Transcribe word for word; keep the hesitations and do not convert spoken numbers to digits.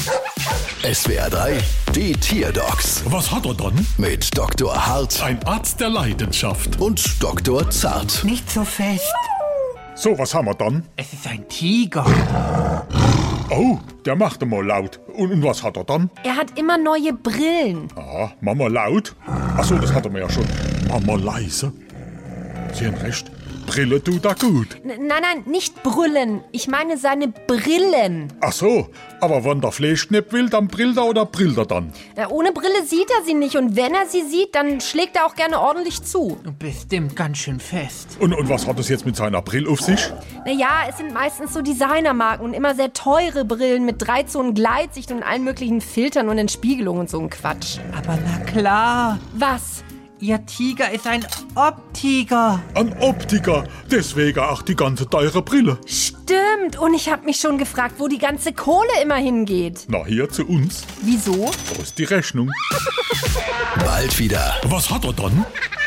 S W R drei, die Tierdocs Was hat er dann? mit Doktor Hart Ein Arzt der Leidenschaft. und Doktor Zart. Nicht so fest. So, was haben wir dann? Es ist ein Tiger. Oh, der macht mal laut. Und, und was hat er dann? Er hat immer neue Brillen. Aha, Mama laut? Achso, das hat er mir ja schon. Mama leise. Sie haben recht. Brille tut da gut. N nein, nein, nicht brüllen. Ich meine seine Brillen. Ach so, aber wenn der Fleisch nicht will, dann brillt er oder brillt er dann? Äh, ohne Brille sieht er sie nicht. Und wenn er sie sieht, dann schlägt er auch gerne ordentlich zu. Du bestimmt ganz schön fest. Und, und was hat es jetzt mit seiner Brille auf sich? Naja, es sind meistens so Designermarken und immer sehr teure Brillen mit drei Zonen Gleitsicht und allen möglichen Filtern und Entspiegelungen und so ein Quatsch. Aber na klar, Was? Ihr Tiger ist ein Optiker. Ein Optiker, deswegen auch die ganze teure Brille. Stimmt. Und ich habe mich schon gefragt, wo die ganze Kohle immer hingeht. Na, hier zu uns. Wieso? Da ist die Rechnung. Bald wieder. Was hat er dann?